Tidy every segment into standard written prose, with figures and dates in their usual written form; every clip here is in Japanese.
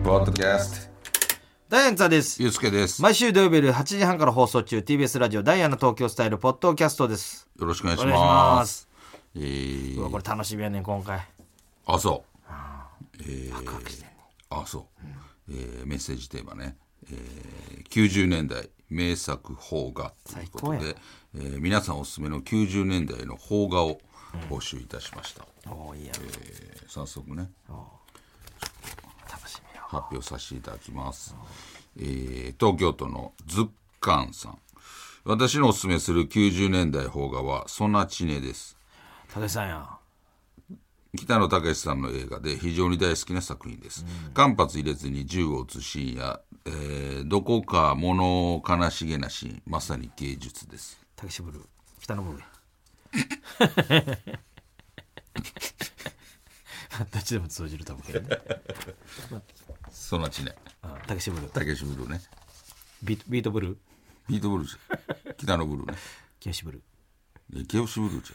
ポッドキャストダイアンツァです。 ゆうすけです。 毎週土曜日夜8時半から放送中 TBS ラジオダイアンの東京スタイルポッドキャストです。 よろしくお願いしお願いしまますす。うわこれ楽しみやねん今回。 あそう、 ワクワクしてんねあそう、メッセージテーマね、90年代名作邦画ということで、皆さんおすすめの90年代の邦画を募集いたしました。 おーいいや、 早速ね楽しみよ。 発表させていただきます。東京都のズッカンさん。私のおすすめする90年代邦画はソナチネです。 武さんや。 北野武さんの映画で非常に大好きな作品です。間髪入れずに銃を撃つシーンや、どこか物悲しげなシーン、まさに芸術です。 武志ブルー北の部分どっちでも通じると思うけどね。 ソナチネ武志ブルー武志ブルーね。 ビートブルービートブルーじゃ北のブルーね。 清志ブルーケオシブルーじ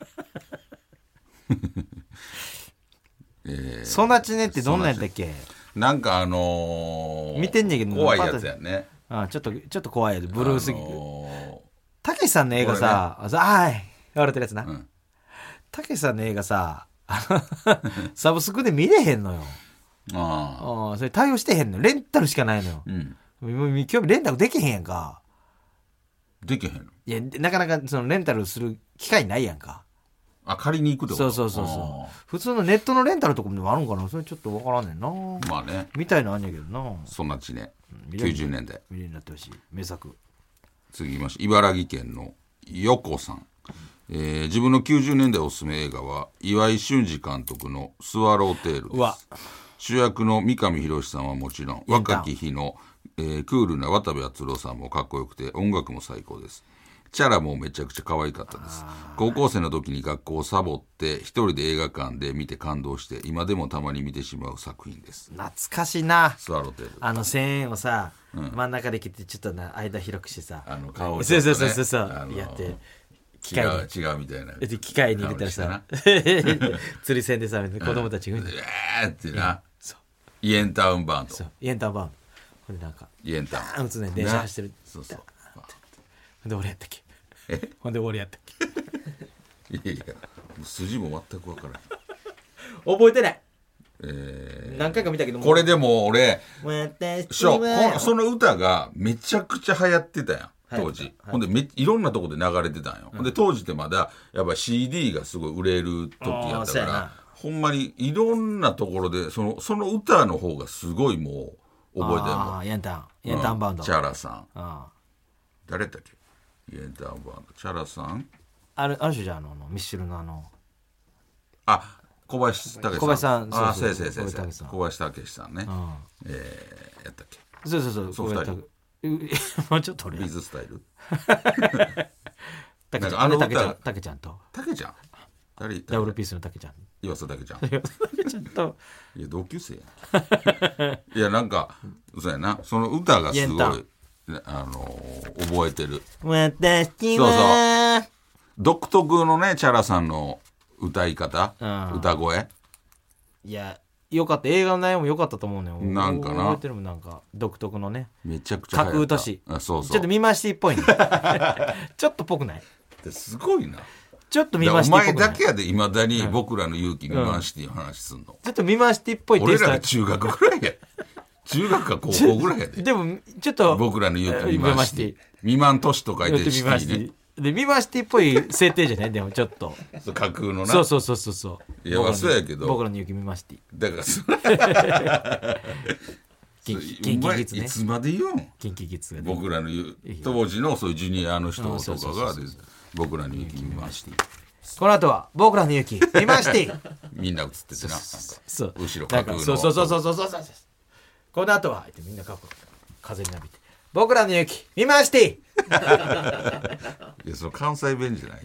ゃソナチネってどんなんやったっけ。 なんか見てんねんけど怖いやつやね。 ちょっと怖いやつブルーすぎて。たけしさんの映画さ、言われてるやつな。たけしさんの映画さサブスクで見れへんのよ。それ対応してへんの。レンタルしかないのよ。今日レンタルできへんやんか。 できへんの。 いやなかなかそのレンタルする機会ないやんか。 借りに行くってこと。 そう普通のネットのレンタルとかもあるんかな。それちょっと分からんねんな。 まあね、 みたいのあんねんけどな。 そんなちね、90年代見れるようになってほしい名作。 次行きましょう。茨城県の横さん。自分の90年代おすすめ映画は岩井俊二監督のスワローテールです。主役の三上博史さんはもちろん、若き日の、クールな渡部篤郎さんもかっこよくて、音楽も最高です。チャラもめちゃくちゃ可愛かったです。高校生の時に学校をサボって一人で映画館で見て感動して、今でもたまに見てしまう作品です。 懐かしいな。 スワローテール。 1000円をさ、真ん中で切ってちょっとな間広くしてさ、 顔をそうやって機械に違うみたいな機械に入れたらさ釣り線でさ子供たちがってな、イエンタウンバンド。 イエンタウンバンド。これなんかイエンタウン打つね、電車走ってる。 そうほんで俺やったっけ。ほんで俺やったっけ。 いや筋も全く分からない。 覚えてない。何回か見たけども、 これでも俺そのの歌がめちゃくちゃ流行ってたやん当時、ほんでいろんなとこで流れてたんよ、ほんで当時ってまだやっぱ CD がすごい売れる時やったからほんまにいろんなところでその歌の方がすごいもう覚えてるもん。 イエンタウンバンド、 チャラさん、誰だっけ。イエンタウンバンドチャラさん、 ある種じゃミッシュルの小林武小林さん、 小林武さんね、やったっけ。 そうそう2人もうちょっと俺ビズスタイルたけちゃんとたけちゃん誰ダブルピースのたけちゃん、 岩佐たけちゃんちょっといや同級生やんいやなんかそうやな、その歌がすごい覚えてる。 私はそう独特のねチャラさんの歌い方、歌声。いやよかった。映画の内容も良かったと思うね。 なんかな覚えてるもん、なんか独特のね、 めちゃくちゃ架空都市。 そうちょっと見ましてっぽいねちょっとぽくない。 すごいな。 ちょっと見ましてっぽくない。 お前だけやでいまだに僕らの勇気見ましていう話すんの、 ちょっと見ましてっぽいテイスト。 俺ら中学ぐらいや中学か高校ぐらいやで。 でもちょっと僕らの勇気見まして未満年と書いてシティね。 で見ましてっぽい設定じゃない。でもちょっと架空のな。 そういやそうやけど僕らの勇気見ましてだからそれキンキギツね。 いつまで言うんキンキギツが、ね、 僕らの当時のそういうジュニアの人とかが僕らの勇気見ましてこの後は僕らの勇気見ましてみんな映っててな、 そう後ろ架空のそうこの後はみんな風になびて僕らの勇気見ましていやその関西弁じゃない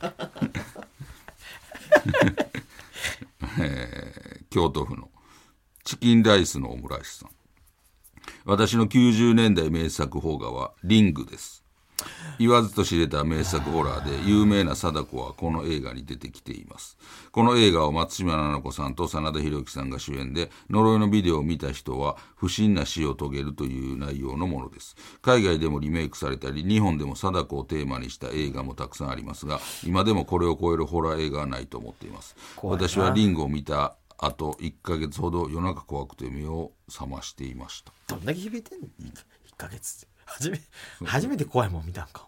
京都府のチキンライスのオムライスさん。私の90年代名作邦画はリングです。 言わずと知れた名作ホラーで有名な貞子はこの映画に出てきています。この映画を松島菜々子さんと真田広之さんが主演で、呪いのビデオを見た人は不審な死を遂げるという内容のものです。海外でもリメイクされたり、日本でも貞子をテーマにした映画もたくさんありますが、今でもこれを超えるホラー映画はないと思っています。私はリングを見たあと1ヶ月ほど夜中怖くて目を覚ましていました。 どんだけ響いてんの1ヶ月って初めて怖いもん見たんか。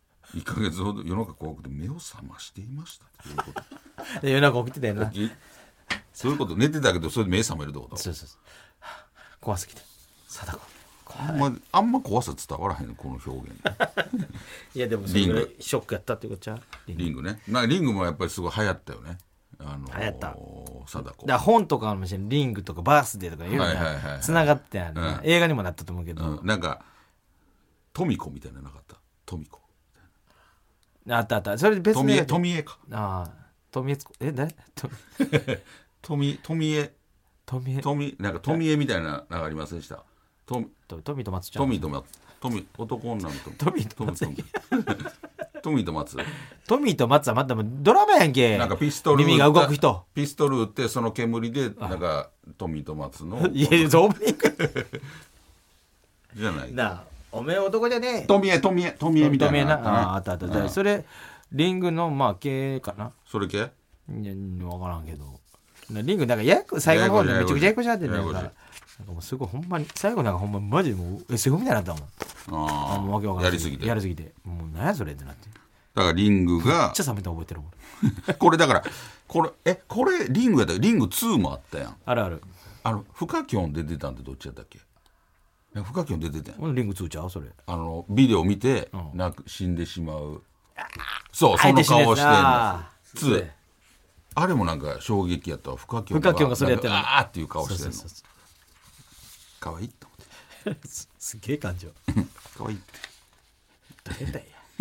1ヶ月ほど夜中怖くて目を覚ましていましたっていうこと夜中起きてたよな。 そういうこと。寝てたけどそれで目覚めるってこと。 そう怖すぎて貞子あんま怖さ伝わらへんのこの表現いやでもそれぐらいショックやったってことちゃう。 リングね。リングもやっぱりすごい流行ったよね。 流行った貞子だから本とかもしれんリングとかバースデーとかいうのがつながってある、映画にもなったと思うけど、 なんかトミコみたいなのなかった。トミコあったあった。それ別にトミエか。 ああトミエ誰トミエなんかトミエみたいなのがありませんでした。トミと松ちゃん。 トミ男女のトミと松トミーと松はまたドラマやんけ。 なんかピストル耳が動く人。 ピストル撃ってその煙でなんかトミーと松のいやオープニングじゃないなあ。おめえ男じゃねえ。 トミエみたいな。あった。それリングのまあ系かな。 それ系？いや分からんけど。リングなんか最後の方でめちゃくちゃややこしなってんねんから。なんかもうすごいほんまに最後なんかほんまマジでもう SF みたいになったもん。もうやりすぎてもう何やそれってなって。 だからリングがめっちゃ冷めた覚えてるもんこれだからこれリングやったらリング2もあったやん。 あるフカキョン出てたんってどっちやったっけ。フカキョン出てたやん。 リング2ちゃうそれ。 ビデオ見て、死んでしまう。そうその顔してんの。2あれもなんか衝撃やったわ。フカキョンがそれやってるの。 あーっていう顔してんの。かわいいと思ってすげえ感情かわいい誰だよ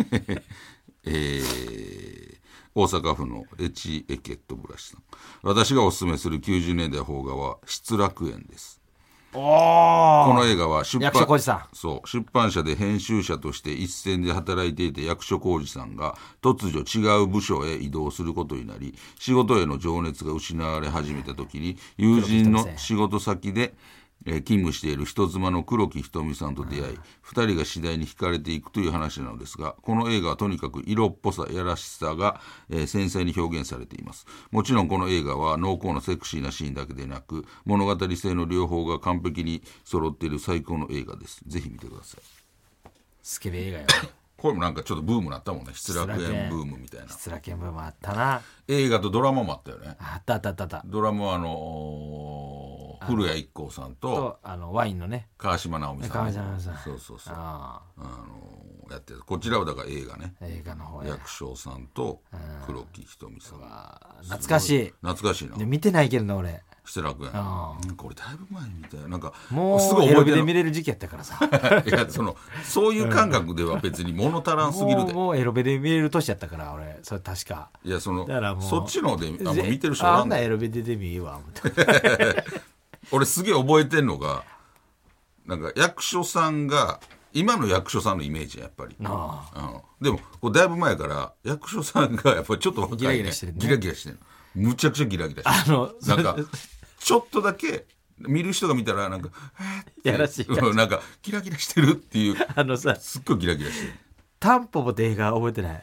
大阪府のエチエケットブラシさん。私がおすすめする90年代邦画は失楽園です。この映画は出版社で編集者として一線で働いていた役所広司さんが突如違う部署へ移動することになり、仕事への情熱が失われ始めた時に友人の仕事先で勤務している人妻の黒木瞳さんと出会い、2人が次第に惹かれていくという話なのですが、この映画はとにかく色っぽさやらしさが、繊細に表現されています。もちろんこの映画は濃厚なセクシーなシーンだけでなく、物語性の両方が完璧に揃っている最高の映画です。ぜひ見てください。 スケベ映画よこれもなんかちょっとブームなったもんね。失楽園ブームみたいな。 失楽園ブームあったな。 映画とドラマもあったよね。 あった。 ドラマは古谷一行さんとワインのね川島直美さん。そうやってる。こちらはだから映画ね。 映画の方や。 役所さんと黒木瞳さん。 懐かしいな。見てないけどな俺。 失楽園。これだいぶ前みたいな。なんかもうすごいエロビで見れる時期やったからさ。 いやそういう感覚では別に物足らんすぎるで。 もうエロビで見れる年やったから俺それ確か。 いやそっちので見てる人あんなエロビで見えわ。 俺すげえ覚えてんのがなんか役所さんが今の役所さんのイメージやっぱり。でもこれだいぶ前から役所さんがやっぱりちょっと若いね。ギラギラしてる。むちゃくちゃギラギラしてる。なんかちょっとだけ見る人が見たらなんかやらしいなんかギラギラしてるっていうすっごいギラギラしてる。 タンポポって映画覚えてない？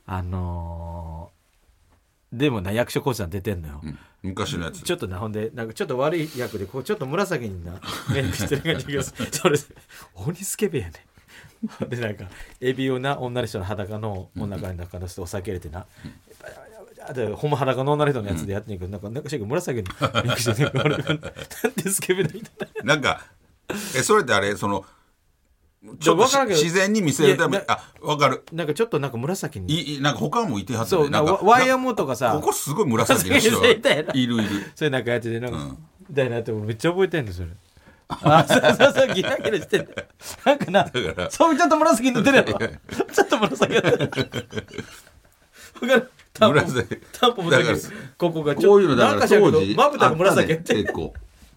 でもな役所広司さん出てんのよ、 昔のやつちょっとな。ほんでなんかちょっと悪い役でこうちょっと紫になメイクしてる感じがそれ鬼スケベやねでなんかエビをな女の人の裸の女の中の人お酒入れてな、ほんま裸の女の人のやつでやってんけど、なんか紫のメイクしてるなんでスケベだみたいな。なんかそれってあれちょっと自然に見せるために分かる。 なんかちょっとなんか紫になんか他もいてはったね。そうワイヤムとかさここすごい紫の人がいるそれなんかやっててなんかみたいなってめっちゃ覚えてんのそれ。そうギラギラしてんだなんかなそうちょっと紫塗ってるやろちょっと紫やってる分かる。タンポポだけここがちょっとなんかしらけどまぶたが紫やってる。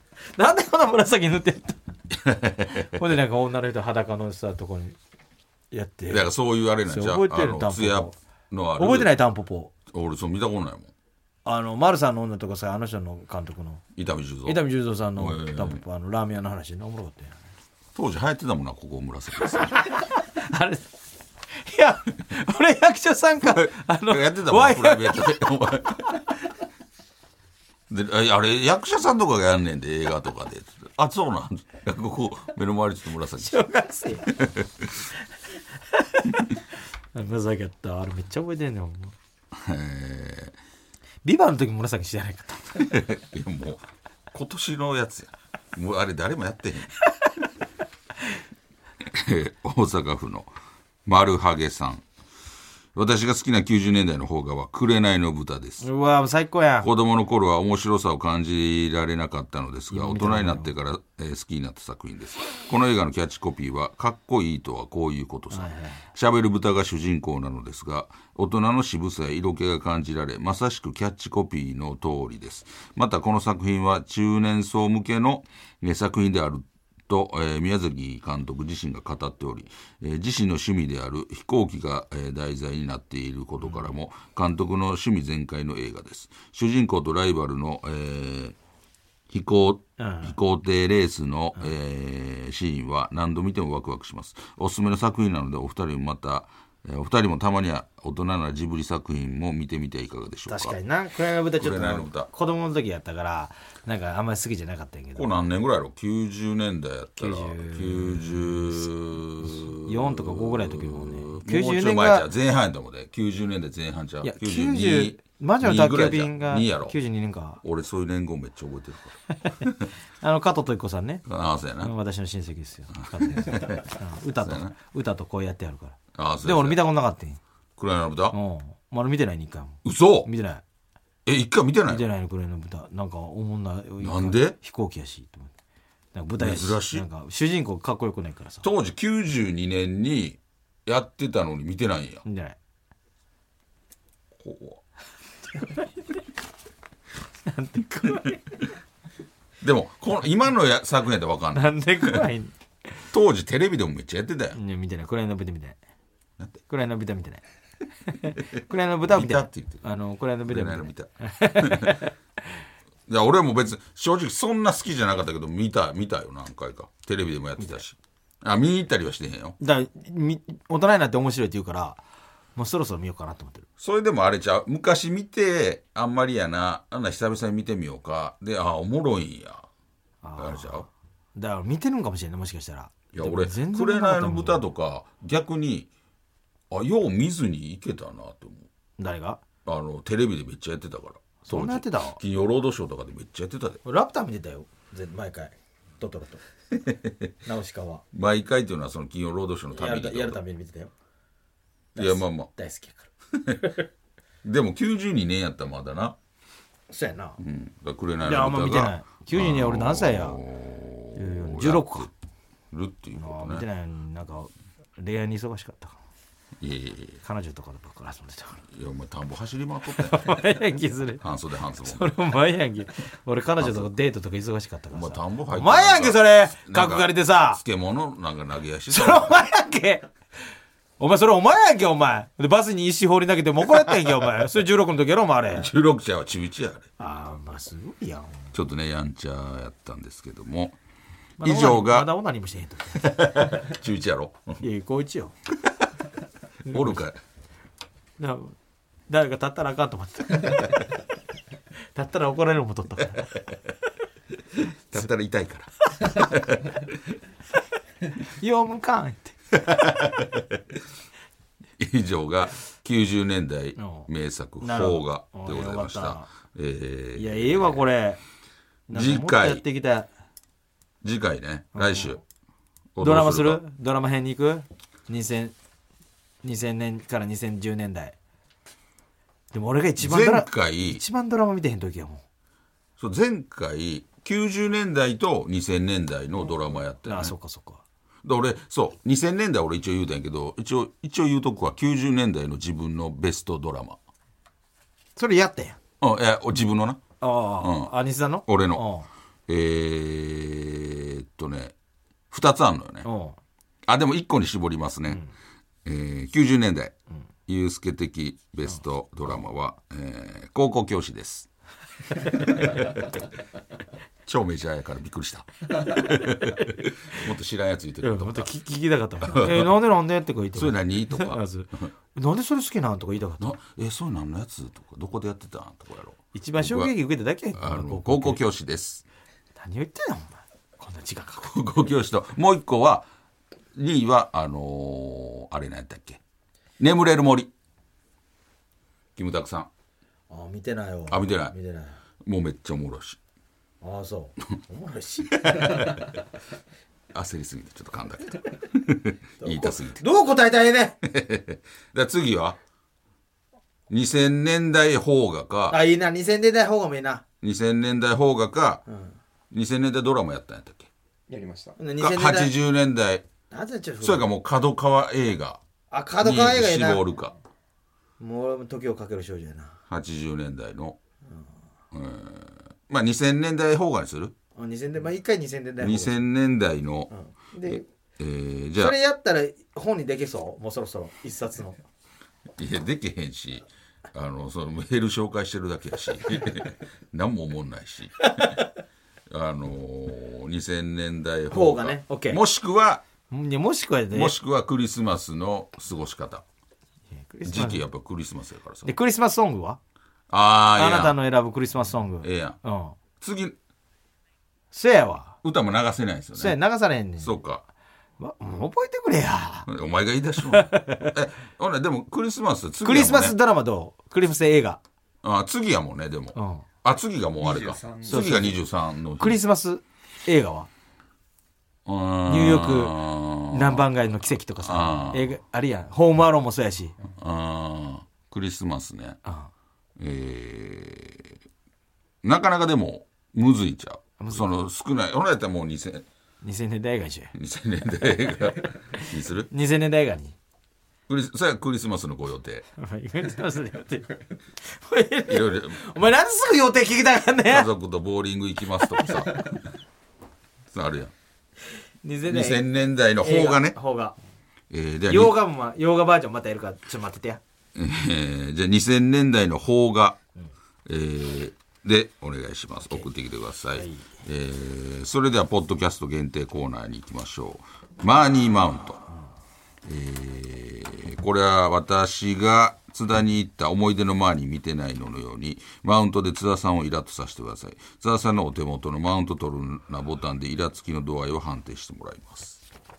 なんでこんな紫塗ってんのほんでなんか女の人裸のさとこにやってだからそういうあれなんじゃ覚えてるタンポポツヤのある覚えてないタンポポ俺そう見たことないもん丸さんの女とかさあの人の監督の伊丹十三さんのタンポポラーメン屋の話ねおもろかったよ当時流行ってたもんなここ紫ですあれいや俺役者さんかやってたもんプライベートであれ役者さんとかがやんねんで映画とかであそうなんここ目の周りちょっと紫小学生紫やったあれめっちゃ覚えてんねんビバの時紫してないかったいやもう今年のやつやもうあれ誰もやってへん大阪府の丸ハゲさん私が好きな90年代の邦画は紅の豚です。 うわ最高や。 子供の頃は面白さを感じられなかったのですが大人になってから、好きになった作品です。この映画のキャッチコピーはかっこいいとはこういうことさ。喋る豚が主人公なのですが大人の渋さや色気が感じられまさしくキャッチコピーの通りです。またこの作品は中年層向けの作品であると、宮崎監督自身が語っており、自身の趣味である飛行機が、題材になっていることからも監督の趣味全開の映画です。主人公とライバルの、飛行艇レースの、シーンは何度見てもワクワクします。おすすめの作品なのでお二人もたまには大人なジブリ作品も見てみてはいかがでしょうか。 確かにな紅の豚ちょっ紅の豚と子供の時やったからなんかあんまり好きじゃなかったんやけどこれ何年ぐらいやろ90年代やったら 94とか5ぐらいの時もね 90年前じゃ前半やと思うで90年代前半じゃいや 92 魔女の宅急便が 2やろ 92年か俺そういう年号めっちゃ覚えてるから加藤時子さんねああそうやな私の親戚ですよ歌とこうやってやるからああそうでも俺見たことなかったん紅の豚まだ見てないに一回も嘘見てない一回見てない見てないの紅の豚なんかおもんないなんで飛行機やしと思ってなんか舞台やし珍しいなんか主人公かっこよくないからさ当時92年にやってたのに見てないんや見てないなんで怖いでも今の作品やったら分かんないなんで怖い当時テレビでもめっちゃやってたよ見てない紅の豚見てないなんて紅の豚見てない紅の豚見てない見たって言って紅の豚見たいや俺も別に正直そんな好きじゃなかったけど見たよ何回かテレビでもやってたし見に行ったりはしてへんよだから大人になって面白いって言うからもうそろそろ見ようかなと思ってるそれでもあれちゃう昔見てあんまりやな久々に見てみようかでおもろいんやあれちゃうだから見てるんかもしれないもしかしたらいや俺紅の豚とか逆によう見ずにいけたなって思う誰がテレビでめっちゃやってたからそんなやってた金曜ロードショーとかでめっちゃやってたでラプター見てたよ毎回トトロとナウシカは毎回っていうのはその金曜ロードショーのためにやるために見てたよいやまあまあ大好きやからでも92年やったらまだなそうやな紅の豚がいやあんま見てない92年俺何歳や16かるっていうことね見てないなんか恋愛に忙しかったからいや彼女とかとばっかり遊んでたからいやお前田んぼ走り回っとったよお前やんけそれ半袖半ズボンそれお前やんけ俺彼女とかデートとか忙しかったからさお前田んぼ入ってお前やんけそれ角刈りでさ漬物なんか投げやしそれお前やんけお前それお前やんけお前でバスに石放り投げてもう怒られたんやんけお前それ16の時やろお前あれ 16歳は中1やあれまあすごいやんちょっとねやんちゃやったんですけども以上がまだオナニーもしてへんと中1やろいや高一よおるかい誰か立ったらあかんと思ってた立ったら怒られるのも取ったからだったら痛いから読むかんって以上が90年代名作邦画でございました。 いやいいわこれ次回やっていきたい次回ね来週ドラマするドラマ編に行く2000年から2010年代でも俺が一番ドラマ見てへん時やもんそう前回90年代と2000年代のドラマやったよねそうかそうかで俺そう2000年代俺一応言うたんやけど一応言うとこは90年代の自分のベストドラマそれやったやんいや自分のな西さんの俺の2つあんのよねでも1個に絞りますね、 90年代、ユースケ的ベストドラマは、高校教師です超メジャーやからびっくりしたもっと知らんやつ言ってるともっと聞きたかったなんでってこう言ってそれ何とかなんでそれ好きなんとか言いたかったそれ何のやつとかどこでやってたんとかやろ一番衝撃受けただけや高校教師です。 何を言ってんのお前こんな時間か高校教師ともう一個は2位はあれ何やったっけ眠れる森キムタクさん見てないわ見てないもうめっちゃおもろいしそうおもろいし焦りすぎてちょっと噛んだけど言いたすぎてどう答えたらええねん次は2000年代邦画かいいな2000年代邦画もいいな 2000年代邦画か、2000年代ドラマやったんやったっけやりました 80年代それかもう角川映画角川映画やな絞るかもう時をかける少女やな 80年代の、まあ2000年代邦画にする 2000年一回2000年代 2000年代の、 でじゃあそれやったら本にできそうもうそろそろ一冊のいやできへんしそのメール紹介してるだけやし何も思んないし2000年代邦画ね OK もしくはクリスマスの過ごし方時期やっぱクリスマスやからさでクリスマスソングはあなたの選ぶクリスマスソングええやん、次せやわ歌も流せないんですよねせや流されへんねんそうか覚えてくれやお前が言い出しもほらでもクリスマス次やもんねクリスマスドラマどうクリスマス映画次やもんねでも、次がもうあれか次が23のクリスマス映画はニューヨーク南蛮街の奇跡とかさ映画あるやんホームアローンもそうやしクリスマスねなかなかでもむずいちゃうその少ない俺やったらもう2000 年代映画にしよう 2000年代映画にする 2000年代映画にそれはクリスマスのご予定クリスマスの予定いろいろお前なんですぐ予定聞きたかんねん家族とボーリング行きますとかさあるやん2000年代の邦画ね邦画で洋画バージョンまたやるからちょっと待っててやじゃあ2000年代の邦画、でお願いします送ってきてください、それではポッドキャスト限定コーナーに行きましょうマーニーマウント、これは私が津田に行った思い出のマーニー見てないののようにマウントで津田さんをイラッとさせてください津田さんのお手元のマウント取るなボタンでイラつきの度合いを判定してもらいます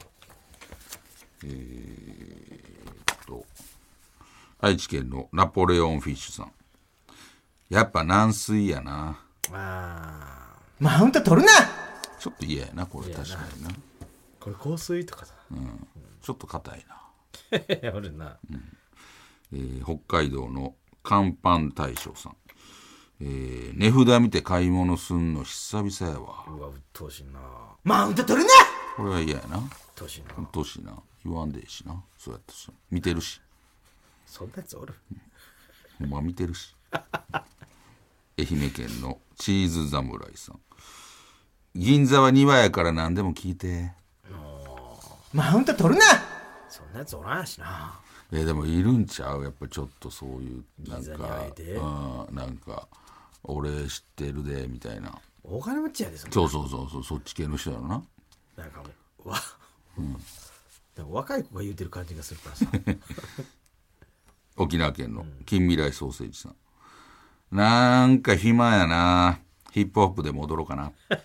愛知県のナポレオンフィッシュさんやっぱ軟水やなマウント取るなちょっと嫌やなこれ確かになこれ香水とかだちょっと硬いなおるな、 北海道の乾パン大将さん、値札見て買い物すんの久々やわうわうっとうしいなマウント取るなこれは嫌やなうっとうしいなとうしいな言わんでいいしなそうやったし見てるしそんなやつおるほんま見てるし愛媛県のチーズ侍さん銀座は庭やから何でも聞いてマウント取るなそんなやつおらんしなでもいるんちゃうやっぱちょっとそういうなん銀座にあえてなんか俺知ってるでみたいなお金持ちやでそうそっち系の人やろななんかもうでも若い子が言うてる感じがするからさ沖縄県の近未来ソーセージさん、なんか暇やなヒップホップで戻ろうか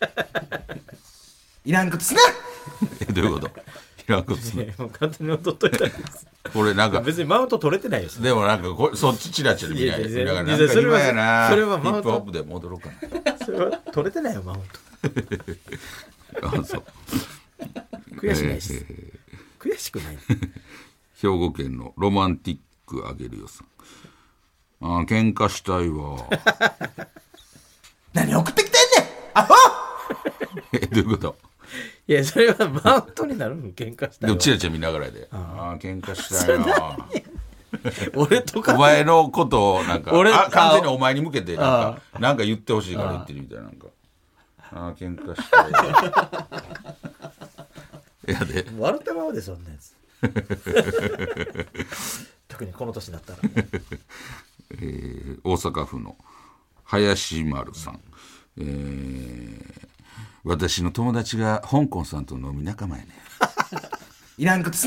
ないらんことすなどういうこといらんことすなもう勝手に踊っといたんですこれなんか別にマウント取れてないよでもなんかそっちチラチラ見ないだからなんか暇やなヒップホップで戻ろうかなそれは取れてないよマウントそう悔しないし、悔しくない兵庫県のロマンティックあげるよさん喧嘩したいわ何送ってきてんねんアホどういうこといやそれはマウントになるの喧嘩したいわでもチラチラ見ながらで喧嘩したいな俺とかお前のことをなんか完全にお前に向けてなんか言ってほしいから言ってるみたいななんか喧嘩したいいやで笑ってまうでそんなやつ特にこの年になったら大阪府の林丸さん、私の友達が香港さんと飲み仲間やねいらんことす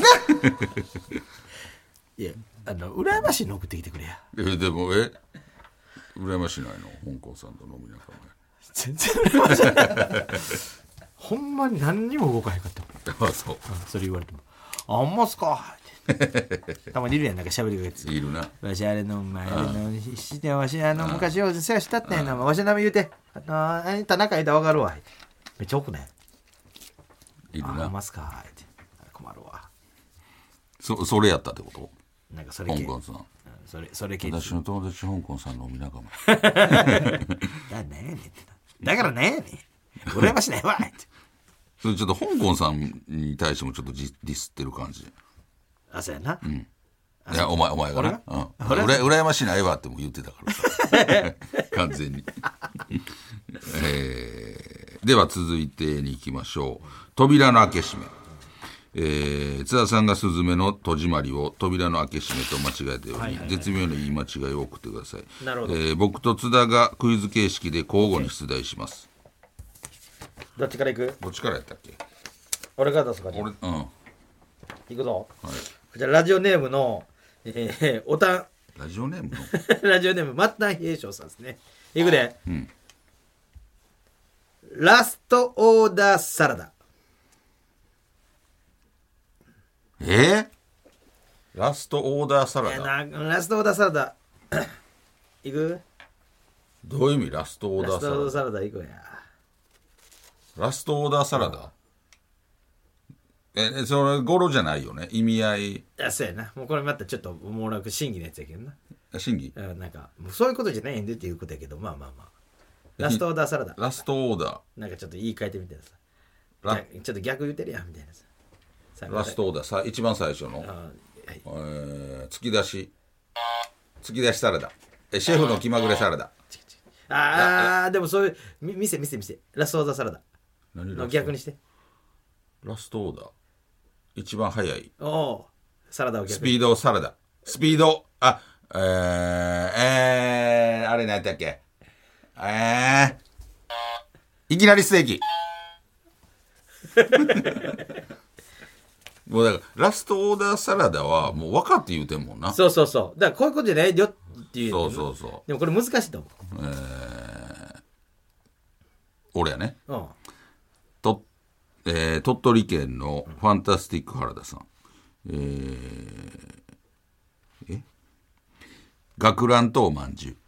ないや羨ましいの送ってきてくれや。 でも羨ましないの香港さんと飲み仲間や。 全然羨ましないほんまに何にも動かへんかったもん。 あ、そう、 それ言われてもあんますかたまにいるやん、なんか喋りがついるな。 わしあれの前のしてわし昔よ世話したったんやな、わしの名前言うてあんた仲いいたら分かるわめっちゃ多くないいるな。 ますかって困るわ。 それやったってこと。 なんかそれ系香港さん、 それ系私の友達香港さんの飲み仲間だからね羨ましないわってそれちょっと香港さんに対してもちょっとディスってる感じ。 あ、そうやな、 いやお前がな、羨ましないわっても言ってたからさ完全にでは続いてに行きましょう。扉の開け閉め。津田さんがスズメの戸締まりを扉の開け閉めと間違えたように、絶妙な言い間違いを送ってください。 なるほど、 僕と津田がクイズ形式で交互に出題します。 どっちから行く。 どっちからやったっけ。 俺から出すか。 俺行くぞ、 はい、 こちらラジオネームの、おたんラジオネームのラジオネーム末端平昌さんですね。行くで、ラストオーダーサラダ。 ラストオーダーサラダ。 ラストオーダーサラダ行く。 どういう意味ラストオーダーサラダ。 ラストオーダーサラダ行くや。 ラストオーダーサラダ、それ語呂じゃないよね、意味合い。 いや、そうやな。もうこれまたちょっともうなんか審議のやつやけどな。 審議。 なんかもうそういうことじゃないんでっていうことやけど、まあラストオーダーサラダ。 ラストオーダなんかちょっと言い換えてみたいなさ。ちょっと逆言うてるやんみたいなさ。 ラストオーダー一番最初の、突き出しサラダ。シェフの気まぐれサラダ。 でもそういう店ラストオーダーサラダの逆にして。 ラストオーダー一番早い。 サラダを逆に。 スピードサラダ。スピードあれ何やったっけ。いきなりステーキもうだからラストオーダーサラダはもう分かって言うてんもんな。 そうだからこういうことじゃないよっていう。 そうでもこれ難しいと思う。 俺やね。鳥取県のファンタスティック原田さん。学ランとまんじゅう。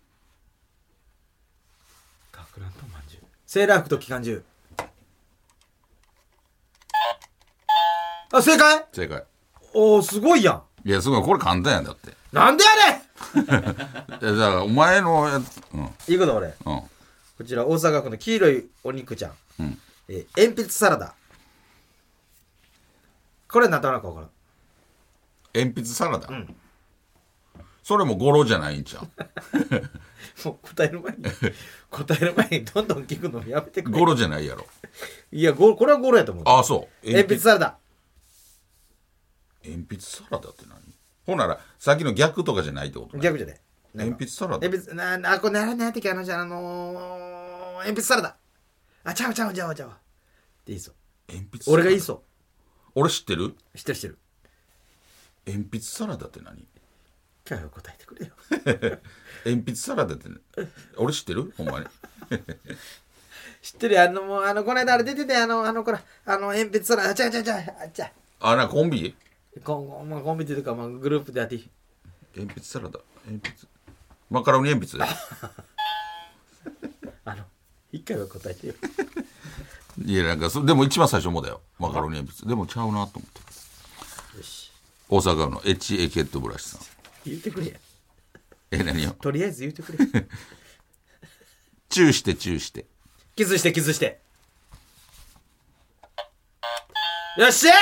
学ランとまんじゅう。セーラー服と機関銃。正解。すごいやん。 いやすごい、これ簡単やんだって。 なんでやねんいやだからお前のやつ、 いいこと俺、こちら大阪府の黄色いお肉ちゃん、鉛筆サラダ。これなんとなく分からん。 鉛筆サラダ、それも語呂じゃないんちゃうもう答える前にどんどん聞くのやめてくれ。 語呂じゃないやろ。 いやこれは語呂やと思う。 そう鉛筆サラダ。 鉛筆サラダって何。ほんならさっきの逆とかじゃないってこと。 逆じゃない。 鉛筆サラダ。 これ何やったっけ、鉛筆サラダ。ちゃうって言いそう。 鉛筆俺が言いそう。 俺知ってる。 知ってる。 鉛筆サラダって何。 今日は答えてくれよ。 鉛筆サラダって俺知ってるほんまに知ってるよ。この間あれ出ててこれ鉛筆サラダ。 なんかコンビコンビというか、グループでやっていい。 鉛筆サラダ。マカロニ鉛筆一回は答えてよ。 いやなんかでも一番最初もだよ、マカロニ鉛筆。でもちゃうなと思って。 よし。 大阪のエッチエケットブラシさん。 言ってくれや。 何よ。 とりあえず言ってくれ。 チューしてキスして。よっしゃ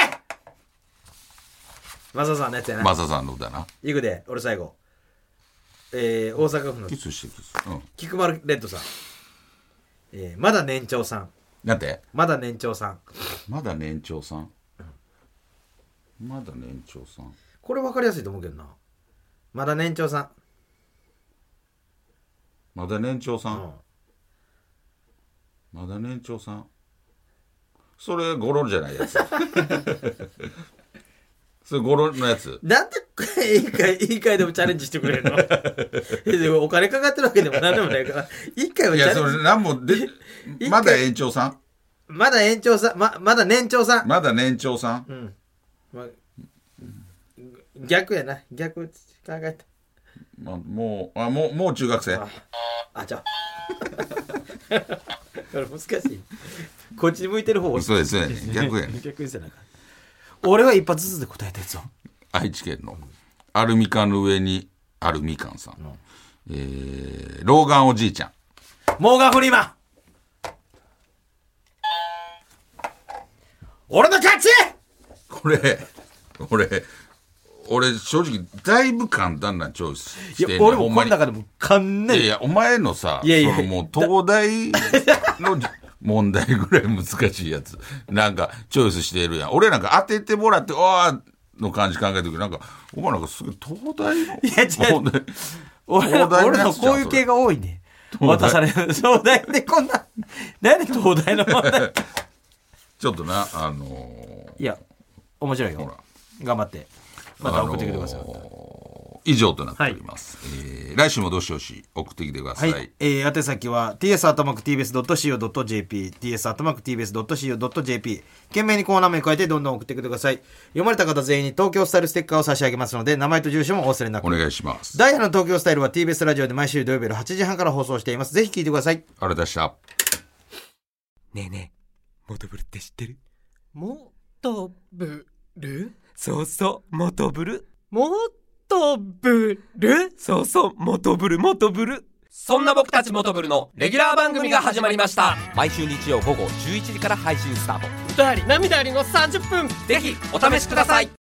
マサさんのやつやな。 マサさんの歌な。 いくで、俺最後。大阪府のキスして菊丸レッドさん。まだ年長さん。 なんて。 まだ年長さん。 まだ年長さん。 まだ年長さん。 これ分かりやすいと思うけどな。まだ年長さん。 まだ年長さん、 うん、 まだ年長さん。それゴロじゃないやつ。それゴロのやつ。 だっていい回でもチャレンジしてくれるの。でもお金かかってるわけでも何でもないから一回はチャレンジ。 いやそれ何もでまだ延長さん。 まだ延長さん、まだ年長さん。 まだ年長さん。 うん。逆やな。逆考えた。 もう中学生。 じゃあ。これ難しい。こっちに向いてる方。 そうですね。逆やね。 逆にせなか。俺は一発ずつで答えたやつを。 愛知県のアルミ缶の上にあるみかんさん。老眼おじいちゃん。 モーガン・フリーマン。俺の勝ち。 俺正直だいぶ簡単なチョイスしてんねん。 いや俺もこの中でもかんねん。 いやお前のさ、 いやそのもう東大の問題ぐらい難しいやつなんかチョイスしてるやん。俺なんか当ててもらっての感じ考えてるけど、なんかお前なんかすごい東大の。 いや違う。俺のこういう系が多いね。渡される東大でこんな何で東大の問題。 ちょっとないや面白いよ。頑張ってまた送ってきてください。 以上となっております、来週もどしどし送ってきてください。はい、 宛先は ts@tbs.co.jp ts@tbs.co.jp 懸命にコーナー名書いてどんどん送ってきてください。読まれた方全員に東京スタイルステッカーを差し上げますので、名前と住所もお忘れなくお願いします。 ダイヤの東京スタイルは TBS ラジオで毎週土曜日夜8時半から放送しています。ぜひ聞いてください。 あれでした。 ねえねえ、モトブルって知ってる？ モトブル？ そうそう、モトブル。 モトブル？ そうそう、モトブル。そんな僕たちモトブルのレギュラー番組が始まりました。毎週日曜午後11時から配信スタート。 歌あり涙ありの30分、 ぜひお試しください。